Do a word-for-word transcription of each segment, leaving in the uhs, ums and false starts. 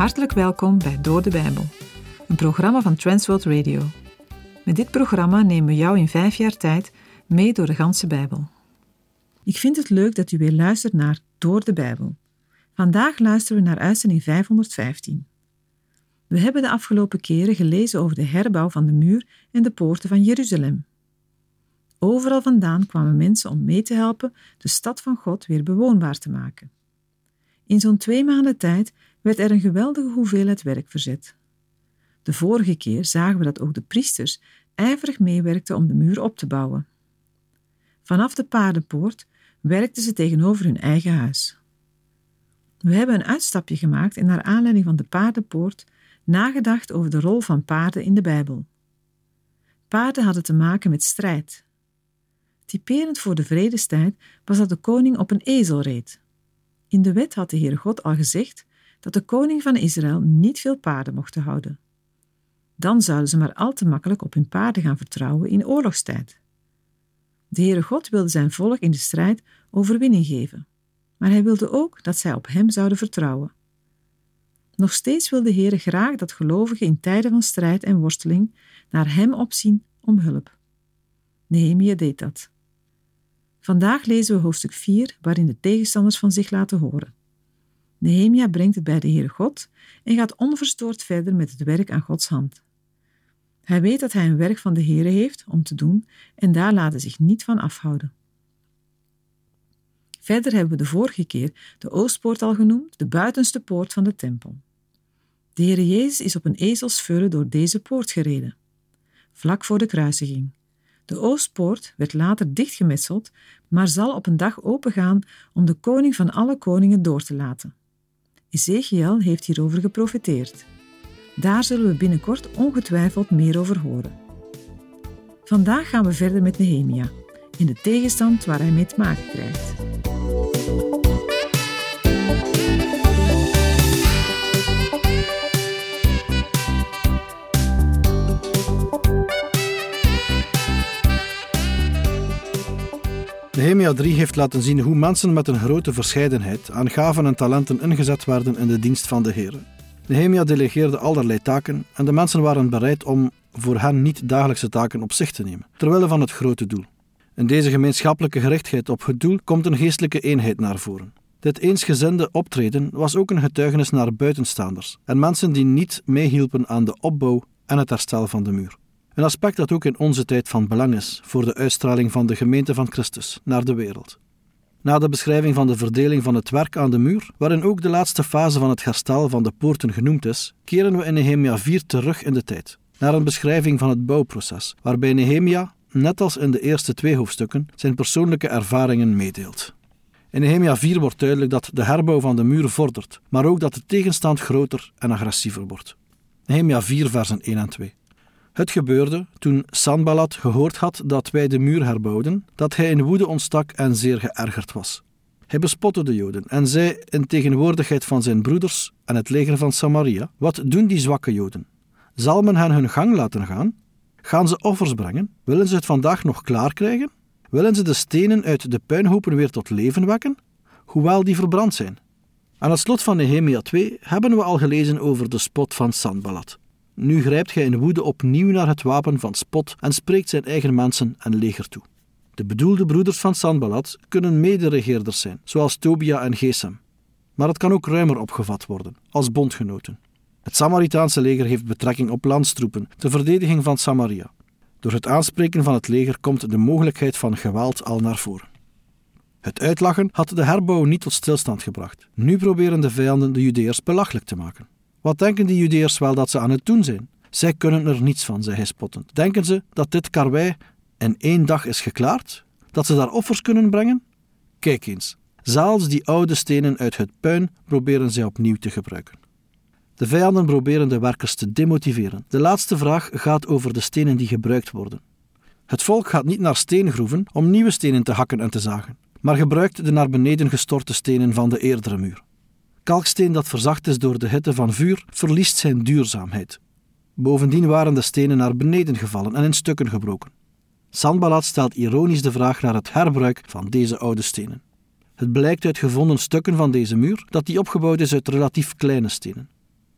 Hartelijk welkom bij Door de Bijbel, een programma van Transworld Radio. Met dit programma nemen we jou in vijf jaar tijd mee door de ganse Bijbel. Ik vind het leuk dat u weer luistert naar Door de Bijbel. Vandaag luisteren we naar uitzending vijfhonderdvijftien. We hebben de afgelopen keren gelezen over de herbouw van de muur en de poorten van Jeruzalem. Overal vandaan kwamen mensen om mee te helpen de stad van God weer bewoonbaar te maken. In zo'n twee maanden tijd werd er een geweldige hoeveelheid werk verzet. De vorige keer zagen we dat ook de priesters ijverig meewerkten om de muur op te bouwen. Vanaf de paardenpoort werkten ze tegenover hun eigen huis. We hebben een uitstapje gemaakt en naar aanleiding van de paardenpoort nagedacht over de rol van paarden in de Bijbel. Paarden hadden te maken met strijd. Typerend voor de vredestijd was dat de koning op een ezel reed. In de wet had de Heere God al gezegd dat de koning van Israël niet veel paarden mocht houden. Dan zouden ze maar al te makkelijk op hun paarden gaan vertrouwen in oorlogstijd. De Heere God wilde zijn volk in de strijd overwinning geven, maar hij wilde ook dat zij op hem zouden vertrouwen. Nog steeds wil de Heere graag dat gelovigen in tijden van strijd en worsteling naar hem opzien om hulp. Nehemia deed dat. Vandaag lezen we hoofdstuk vier, waarin de tegenstanders van zich laten horen. Nehemia brengt het bij de Heere God en gaat onverstoord verder met het werk aan Gods hand. Hij weet dat hij een werk van de Heere heeft om te doen en daar laat hij zich niet van afhouden. Verder hebben we de vorige keer de Oostpoort al genoemd, de buitenste poort van de tempel. De Heere Jezus is op een ezelsveulen door deze poort gereden, vlak voor de kruisiging. De Oostpoort werd later dichtgemetseld, maar zal op een dag opengaan om de koning van alle koningen door te laten. Ezechiël heeft hierover geprofeteerd. Daar zullen we binnenkort ongetwijfeld meer over horen. Vandaag gaan we verder met Nehemia, in de tegenstand waar hij mee te maken krijgt. Nehemia drie heeft laten zien hoe mensen met een grote verscheidenheid aan gaven en talenten ingezet werden in de dienst van de Heere. Nehemia delegeerde allerlei taken en de mensen waren bereid om voor hen niet dagelijkse taken op zich te nemen, terwille van het grote doel. In deze gemeenschappelijke gerichtheid op het doel komt een geestelijke eenheid naar voren. Dit eensgezinde optreden was ook een getuigenis naar buitenstaanders en mensen die niet meehielpen aan de opbouw en het herstel van de muur. Een aspect dat ook in onze tijd van belang is voor de uitstraling van de gemeente van Christus naar de wereld. Na de beschrijving van de verdeling van het werk aan de muur, waarin ook de laatste fase van het herstel van de poorten genoemd is, keren we in Nehemia vier terug in de tijd, naar een beschrijving van het bouwproces, waarbij Nehemia, net als in de eerste twee hoofdstukken, zijn persoonlijke ervaringen meedeelt. In Nehemia vier wordt duidelijk dat de herbouw van de muur vordert, maar ook dat de tegenstand groter en agressiever wordt. Nehemia vier versen één en twee. Het gebeurde, toen Sanballat gehoord had dat wij de muur herbouwden, dat hij in woede ontstak en zeer geërgerd was. Hij bespotte de Joden en zei in tegenwoordigheid van zijn broeders en het leger van Samaria: wat doen die zwakke Joden? Zal men hen hun gang laten gaan? Gaan ze offers brengen? Willen ze het vandaag nog klaar krijgen? Willen ze de stenen uit de puinhopen weer tot leven wekken, hoewel die verbrand zijn? Aan het slot van Nehemia twee hebben we al gelezen over de spot van Sanballat. Nu grijpt hij in woede opnieuw naar het wapen van spot en spreekt zijn eigen mensen en leger toe. De bedoelde broeders van Sanballat kunnen mederegeerders zijn, zoals Tobia en Gesem. Maar het kan ook ruimer opgevat worden, als bondgenoten. Het Samaritaanse leger heeft betrekking op landstroepen, de verdediging van Samaria. Door het aanspreken van het leger komt de mogelijkheid van geweld al naar voren. Het uitlachen had de herbouw niet tot stilstand gebracht. Nu proberen de vijanden de Judeërs belachelijk te maken. Wat denken die Judeërs wel dat ze aan het doen zijn? Zij kunnen er niets van, zei hij spottend. Denken ze dat dit karwei in één dag is geklaard? Dat ze daar offers kunnen brengen? Kijk eens, zelfs die oude stenen uit het puin proberen zij opnieuw te gebruiken. De vijanden proberen de werkers te demotiveren. De laatste vraag gaat over de stenen die gebruikt worden. Het volk gaat niet naar steengroeven om nieuwe stenen te hakken en te zagen, maar gebruikt de naar beneden gestorte stenen van de eerdere muur. Kalksteen dat verzacht is door de hitte van vuur, verliest zijn duurzaamheid. Bovendien waren de stenen naar beneden gevallen en in stukken gebroken. Sanballat stelt ironisch de vraag naar het herbruik van deze oude stenen. Het blijkt uit gevonden stukken van deze muur dat die opgebouwd is uit relatief kleine stenen.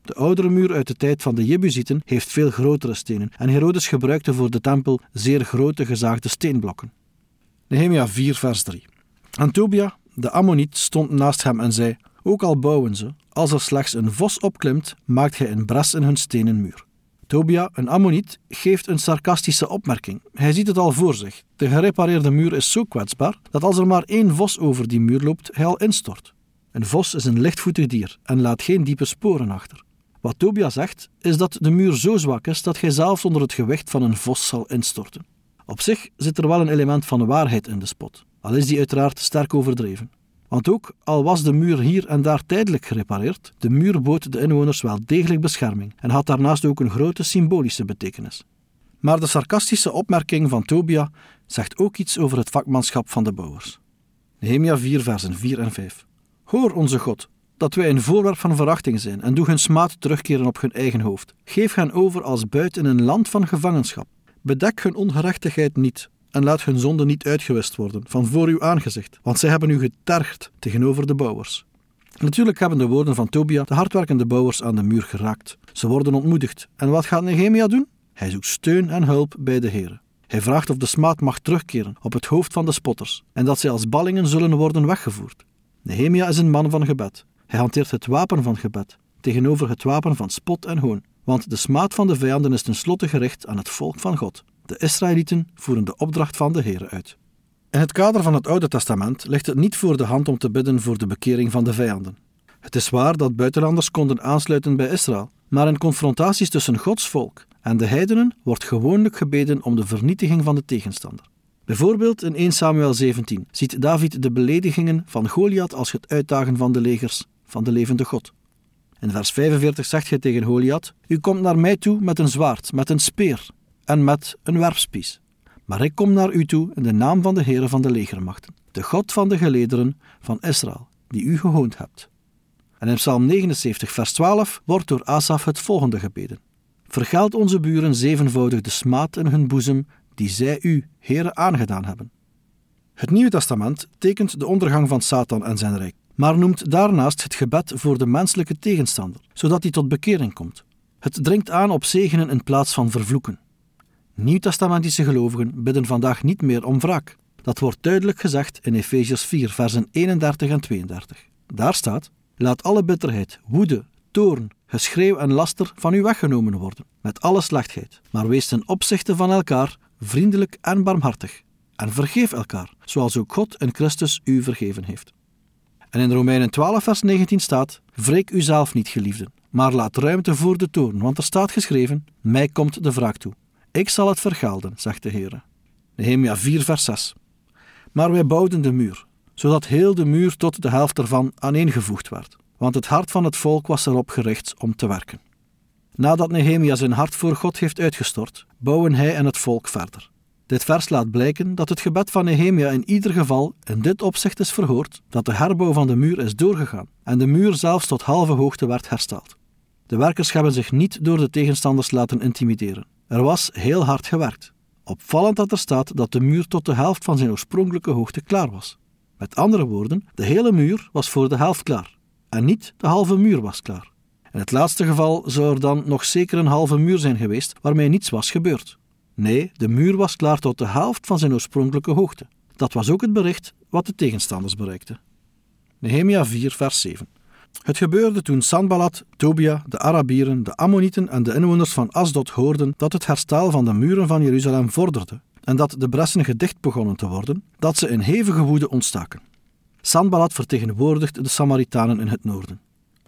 De oudere muur uit de tijd van de Jebusieten heeft veel grotere stenen en Herodes gebruikte voor de tempel zeer grote gezaagde steenblokken. Nehemia vier vers drie. En Tobia, de Ammoniet, stond naast hem en zei: ook al bouwen ze, als er slechts een vos opklimt, maakt hij een bres in hun stenen muur. Tobia, een Ammoniet, geeft een sarcastische opmerking. Hij ziet het al voor zich. De gerepareerde muur is zo kwetsbaar dat als er maar één vos over die muur loopt, hij al instort. Een vos is een lichtvoetig dier en laat geen diepe sporen achter. Wat Tobia zegt, is dat de muur zo zwak is dat hij zelfs onder het gewicht van een vos zal instorten. Op zich zit er wel een element van waarheid in de spot, al is die uiteraard sterk overdreven. Want ook al was de muur hier en daar tijdelijk gerepareerd, de muur bood de inwoners wel degelijk bescherming en had daarnaast ook een grote symbolische betekenis. Maar de sarcastische opmerking van Tobia zegt ook iets over het vakmanschap van de bouwers. Nehemia vier versen vier en vijf. Hoor onze God, dat wij een voorwerp van verachting zijn en doe hun smaad terugkeren op hun eigen hoofd. Geef hen over als buit in een land van gevangenschap. Bedek hun ongerechtigheid niet en laat hun zonde niet uitgewist worden van voor uw aangezicht, want zij hebben u getergd tegenover de bouwers. Natuurlijk hebben de woorden van Tobia de hardwerkende bouwers aan de muur geraakt. Ze worden ontmoedigd. En wat gaat Nehemia doen? Hij zoekt steun en hulp bij de Heere. Hij vraagt of de smaad mag terugkeren op het hoofd van de spotters en dat zij als ballingen zullen worden weggevoerd. Nehemia is een man van gebed. Hij hanteert het wapen van gebed tegenover het wapen van spot en hoon, want de smaad van de vijanden is tenslotte gericht aan het volk van God. De Israëlieten voeren de opdracht van de Heere uit. In het kader van het Oude Testament ligt het niet voor de hand om te bidden voor de bekering van de vijanden. Het is waar dat buitenlanders konden aansluiten bij Israël, maar in confrontaties tussen Gods volk en de heidenen wordt gewoonlijk gebeden om de vernietiging van de tegenstander. Bijvoorbeeld in eerste Samuel zeventien ziet David de beledigingen van Goliath als het uitdagen van de legers van de levende God. In vers vijfenveertig zegt hij tegen Goliath: u komt naar mij toe met een zwaard, met een speer en met een werpspies. Maar ik kom naar u toe in de naam van de Heere van de legermachten, de God van de gelederen van Israël, die u gehoond hebt. En in Psalm negenenzeventig vers twaalf wordt door Asaf het volgende gebeden: vergeld onze buren zevenvoudig de smaad in hun boezem, die zij u, Heere, aangedaan hebben. Het Nieuwe Testament tekent de ondergang van Satan en zijn rijk, maar noemt daarnaast het gebed voor de menselijke tegenstander, zodat hij tot bekering komt. Het dringt aan op zegenen in plaats van vervloeken. Nieuwtestamentische gelovigen bidden vandaag niet meer om wraak. Dat wordt duidelijk gezegd in Efeziërs vier, versen eenendertig en tweeëndertig. Daar staat: laat alle bitterheid, woede, toorn, geschreeuw en laster van u weggenomen worden, met alle slechtheid. Maar wees ten opzichte van elkaar vriendelijk en barmhartig. En vergeef elkaar, zoals ook God in Christus u vergeven heeft. En in Romeinen twaalf, vers negentien staat: wreek uzelf niet, geliefden, maar laat ruimte voor de toorn, want er staat geschreven: mij komt de wraak toe. Ik zal het vergelden, zegt de Heere. Nehemia vier, vers zes. Maar wij bouwden de muur, zodat heel de muur tot de helft ervan aaneengevoegd werd, want het hart van het volk was erop gericht om te werken. Nadat Nehemia zijn hart voor God heeft uitgestort, bouwen hij en het volk verder. Dit vers laat blijken dat het gebed van Nehemia in ieder geval in dit opzicht is verhoord, dat de herbouw van de muur is doorgegaan en de muur zelfs tot halve hoogte werd hersteld. De werkers hebben zich niet door de tegenstanders laten intimideren. Er was heel hard gewerkt. Opvallend dat er staat dat de muur tot de helft van zijn oorspronkelijke hoogte klaar was. Met andere woorden, de hele muur was voor de helft klaar. En niet de halve muur was klaar. In het laatste geval zou er dan nog zeker een halve muur zijn geweest waarmee niets was gebeurd. Nee, de muur was klaar tot de helft van zijn oorspronkelijke hoogte. Dat was ook het bericht wat de tegenstanders bereikten. Nehemia vier, vers zeven. Het gebeurde toen Sanballat, Tobia, de Arabieren, de Ammonieten en de inwoners van Asdod hoorden dat het herstel van de muren van Jeruzalem vorderde en dat de bressen gedicht begonnen te worden, dat ze in hevige woede ontstaken. Sanballat vertegenwoordigt de Samaritanen in het noorden.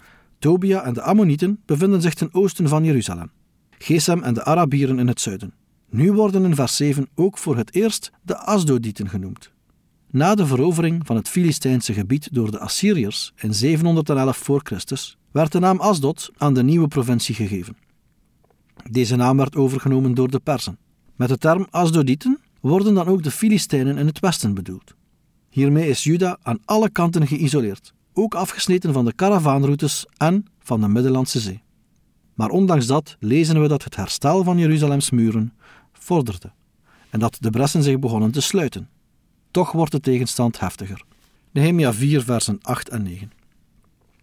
Tobia en de Ammonieten bevinden zich ten oosten van Jeruzalem. Gesem en de Arabieren in het zuiden. Nu worden in vers zeven ook voor het eerst de Asdodieten genoemd. Na de verovering van het Filistijnse gebied door de Assyriërs in zevenhonderdelf voor Christus werd de naam Asdod aan de nieuwe provincie gegeven. Deze naam werd overgenomen door de Perzen. Met de term Asdodieten worden dan ook de Filistijnen in het westen bedoeld. Hiermee is Juda aan alle kanten geïsoleerd, ook afgesneden van de karavaanroutes en van de Middellandse Zee. Maar ondanks dat lezen we dat het herstel van Jeruzalems muren vorderde en dat de bressen zich begonnen te sluiten. Toch wordt de tegenstand heftiger. Nehemia vier, versen acht en negen.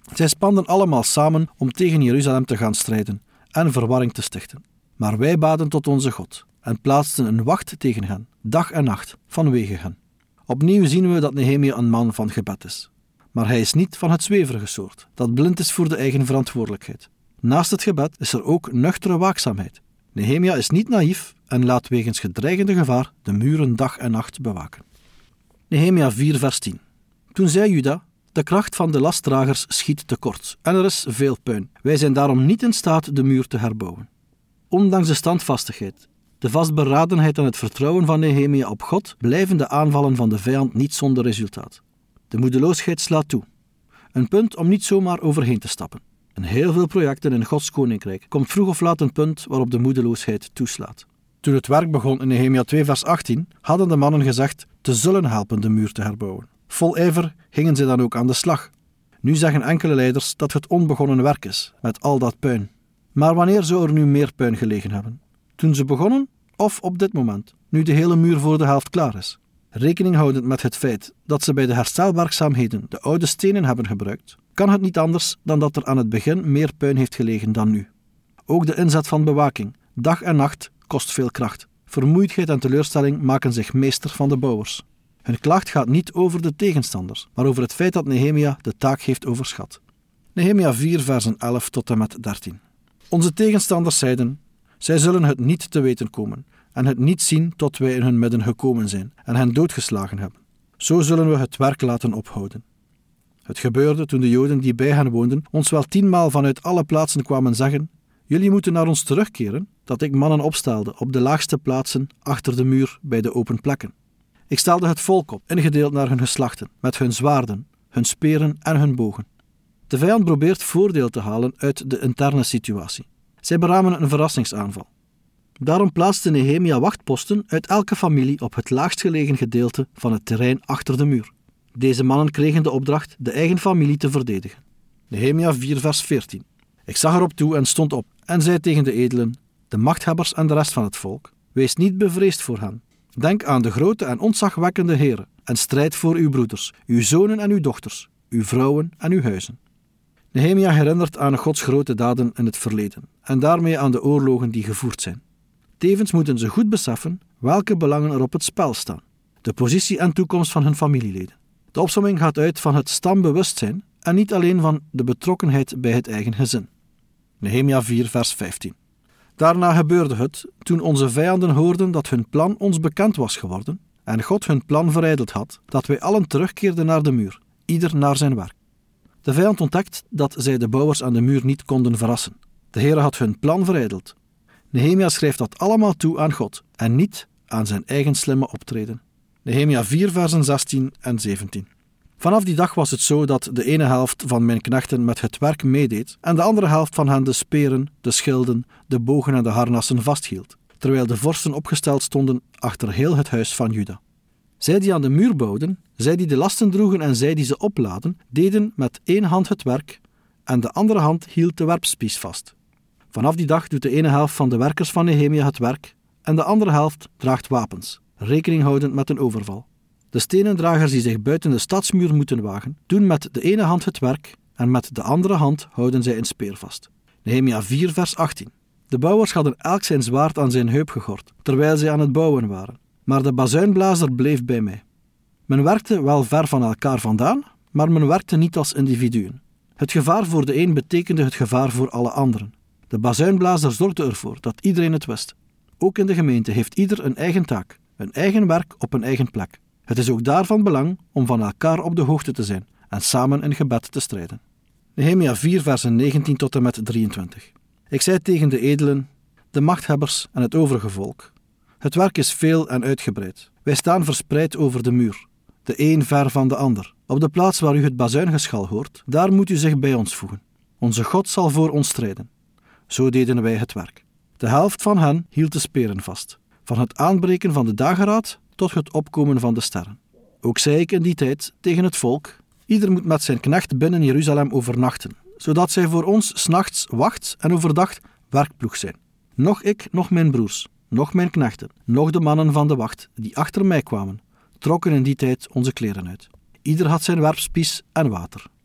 Zij spanden allemaal samen om tegen Jeruzalem te gaan strijden en verwarring te stichten. Maar wij baden tot onze God en plaatsten een wacht tegen hen, dag en nacht, vanwege hen. Opnieuw zien we dat Nehemia een man van gebed is. Maar hij is niet van het zweverige soort, dat blind is voor de eigen verantwoordelijkheid. Naast het gebed is er ook nuchtere waakzaamheid. Nehemia is niet naïef en laat wegens gedreigende gevaar de muren dag en nacht bewaken. Nehemia vier vers tien. Toen zei Juda: de kracht van de lastdragers schiet tekort en er is veel puin. Wij zijn daarom niet in staat de muur te herbouwen. Ondanks de standvastigheid, de vastberadenheid en het vertrouwen van Nehemia op God, blijven de aanvallen van de vijand niet zonder resultaat. De moedeloosheid slaat toe. Een punt om niet zomaar overheen te stappen. In heel veel projecten in Gods koninkrijk komt vroeg of laat een punt waarop de moedeloosheid toeslaat. Toen het werk begon in Nehemia twee vers achttien, hadden de mannen gezegd te zullen helpen de muur te herbouwen. Vol ijver gingen ze dan ook aan de slag. Nu zeggen enkele leiders dat het onbegonnen werk is, met al dat puin. Maar wanneer zou er nu meer puin gelegen hebben? Toen ze begonnen, of op dit moment, nu de hele muur voor de helft klaar is? Rekening houdend met het feit dat ze bij de herstelwerkzaamheden de oude stenen hebben gebruikt, kan het niet anders dan dat er aan het begin meer puin heeft gelegen dan nu. Ook de inzet van bewaking, dag en nacht, kost veel kracht. Vermoeidheid en teleurstelling maken zich meester van de bouwers. Hun klacht gaat niet over de tegenstanders, maar over het feit dat Nehemia de taak heeft overschat. Nehemia vier versen elf tot en met dertien. Onze tegenstanders zeiden: zij zullen het niet te weten komen en het niet zien tot wij in hun midden gekomen zijn en hen doodgeslagen hebben. Zo zullen we het werk laten ophouden. Het gebeurde toen de Joden die bij hen woonden ons wel tienmaal vanuit alle plaatsen kwamen zeggen: jullie moeten naar ons terugkeren, dat ik mannen opstelde op de laagste plaatsen achter de muur bij de open plekken. Ik stelde het volk op, ingedeeld naar hun geslachten, met hun zwaarden, hun speren en hun bogen. De vijand probeert voordeel te halen uit de interne situatie. Zij beramen een verrassingsaanval. Daarom plaatste Nehemia wachtposten uit elke familie op het laagst gelegen gedeelte van het terrein achter de muur. Deze mannen kregen de opdracht de eigen familie te verdedigen. Nehemia vier vers veertien. Ik zag erop toe en stond op en zei tegen de edelen, de machthebbers en de rest van het volk: wees niet bevreesd voor hen. Denk aan de grote en ontzagwekkende Heere en strijd voor uw broeders, uw zonen en uw dochters, uw vrouwen en uw huizen. Nehemia herinnert aan Gods grote daden in het verleden en daarmee aan de oorlogen die gevoerd zijn. Tevens moeten ze goed beseffen welke belangen er op het spel staan, de positie en toekomst van hun familieleden. De opsomming gaat uit van het stambewustzijn en niet alleen van de betrokkenheid bij het eigen gezin. Nehemia vier vers vijftien. Daarna gebeurde het, toen onze vijanden hoorden dat hun plan ons bekend was geworden en God hun plan verijdeld had, dat wij allen terugkeerden naar de muur, ieder naar zijn werk. De vijand ontdekt dat zij de bouwers aan de muur niet konden verrassen. De Heere had hun plan verijdeld. Nehemia schrijft dat allemaal toe aan God en niet aan zijn eigen slimme optreden. Nehemia vier versen zestien en zeventien. Vanaf die dag was het zo dat de ene helft van mijn knechten met het werk meedeed en de andere helft van hen de speren, de schilden, de bogen en de harnassen vasthield, terwijl de vorsten opgesteld stonden achter heel het huis van Juda. Zij die aan de muur bouwden, zij die de lasten droegen en zij die ze opladen, deden met één hand het werk en de andere hand hield de werpspies vast. Vanaf die dag doet de ene helft van de werkers van Nehemia het werk en de andere helft draagt wapens, rekening houdend met een overval. De stenendragers die zich buiten de stadsmuur moeten wagen, doen met de ene hand het werk en met de andere hand houden zij een speer vast. Nehemia vier vers achttien. De bouwers hadden elk zijn zwaard aan zijn heup gegord, terwijl zij aan het bouwen waren. Maar de bazuinblazer bleef bij mij. Men werkte wel ver van elkaar vandaan, maar men werkte niet als individuen. Het gevaar voor de een betekende het gevaar voor alle anderen. De bazuinblazer zorgde ervoor dat iedereen het wist. Ook in de gemeente heeft ieder een eigen taak, een eigen werk op een eigen plek. Het is ook daarvan belang om van elkaar op de hoogte te zijn en samen in gebed te strijden. Nehemia vier versen negentien tot en met drieëntwintig. Ik zei tegen de edelen, de machthebbers en het overige volk: het werk is veel en uitgebreid. Wij staan verspreid over de muur, de een ver van de ander. Op de plaats waar u het bazuingeschal hoort, daar moet u zich bij ons voegen. Onze God zal voor ons strijden. Zo deden wij het werk. De helft van hen hield de speren vast, van het aanbreken van de dageraad tot het opkomen van de sterren. Ook zei ik in die tijd tegen het volk: ieder moet met zijn knecht binnen Jeruzalem overnachten, zodat zij voor ons 's nachts wacht en overdag werkploeg zijn. Nog ik, nog mijn broers, nog mijn knechten, nog de mannen van de wacht die achter mij kwamen, trokken in die tijd onze kleren uit. Ieder had zijn werpspies en water.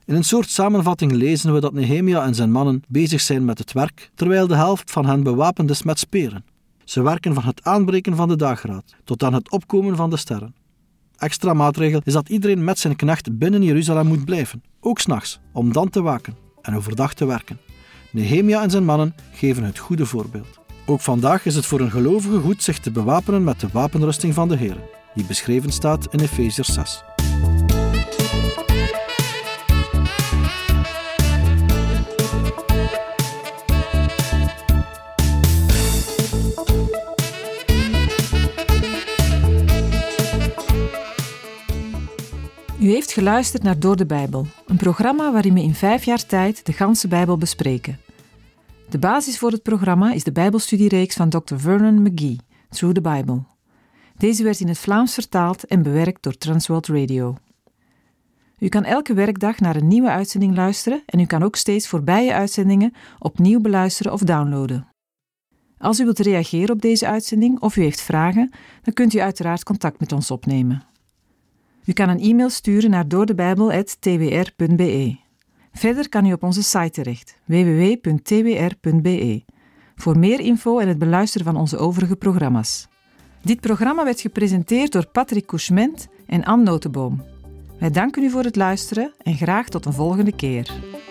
In een soort samenvatting lezen we dat Nehemia en zijn mannen bezig zijn met het werk, terwijl de helft van hen bewapend is met speren. Ze werken van het aanbreken van de dageraad tot aan het opkomen van de sterren. Extra maatregel is dat iedereen met zijn knecht binnen Jeruzalem moet blijven, ook 's nachts, om dan te waken en overdag te werken. Nehemia en zijn mannen geven het goede voorbeeld. Ook vandaag is het voor een gelovige goed zich te bewapenen met de wapenrusting van de Heer, die beschreven staat in Efeziërs zes. U heeft geluisterd naar Door de Bijbel, een programma waarin we in vijf jaar tijd de ganse Bijbel bespreken. De basis voor het programma is de Bijbelstudiereeks van dokter Vernon McGee, Through the Bible. Deze werd in het Vlaams vertaald en bewerkt door Transworld Radio. U kan elke werkdag naar een nieuwe uitzending luisteren en u kan ook steeds voorbije uitzendingen opnieuw beluisteren of downloaden. Als u wilt reageren op deze uitzending of u heeft vragen, dan kunt u uiteraard contact met ons opnemen. U kan een e-mail sturen naar doordebijbel apenstaartje t w r punt b e. Verder kan u op onze site terecht, w w w punt t w r punt b e, voor meer info en het beluisteren van onze overige programma's. Dit programma werd gepresenteerd door Patrick Couchement en Anne Notenboom. Wij danken u voor het luisteren en graag tot een volgende keer.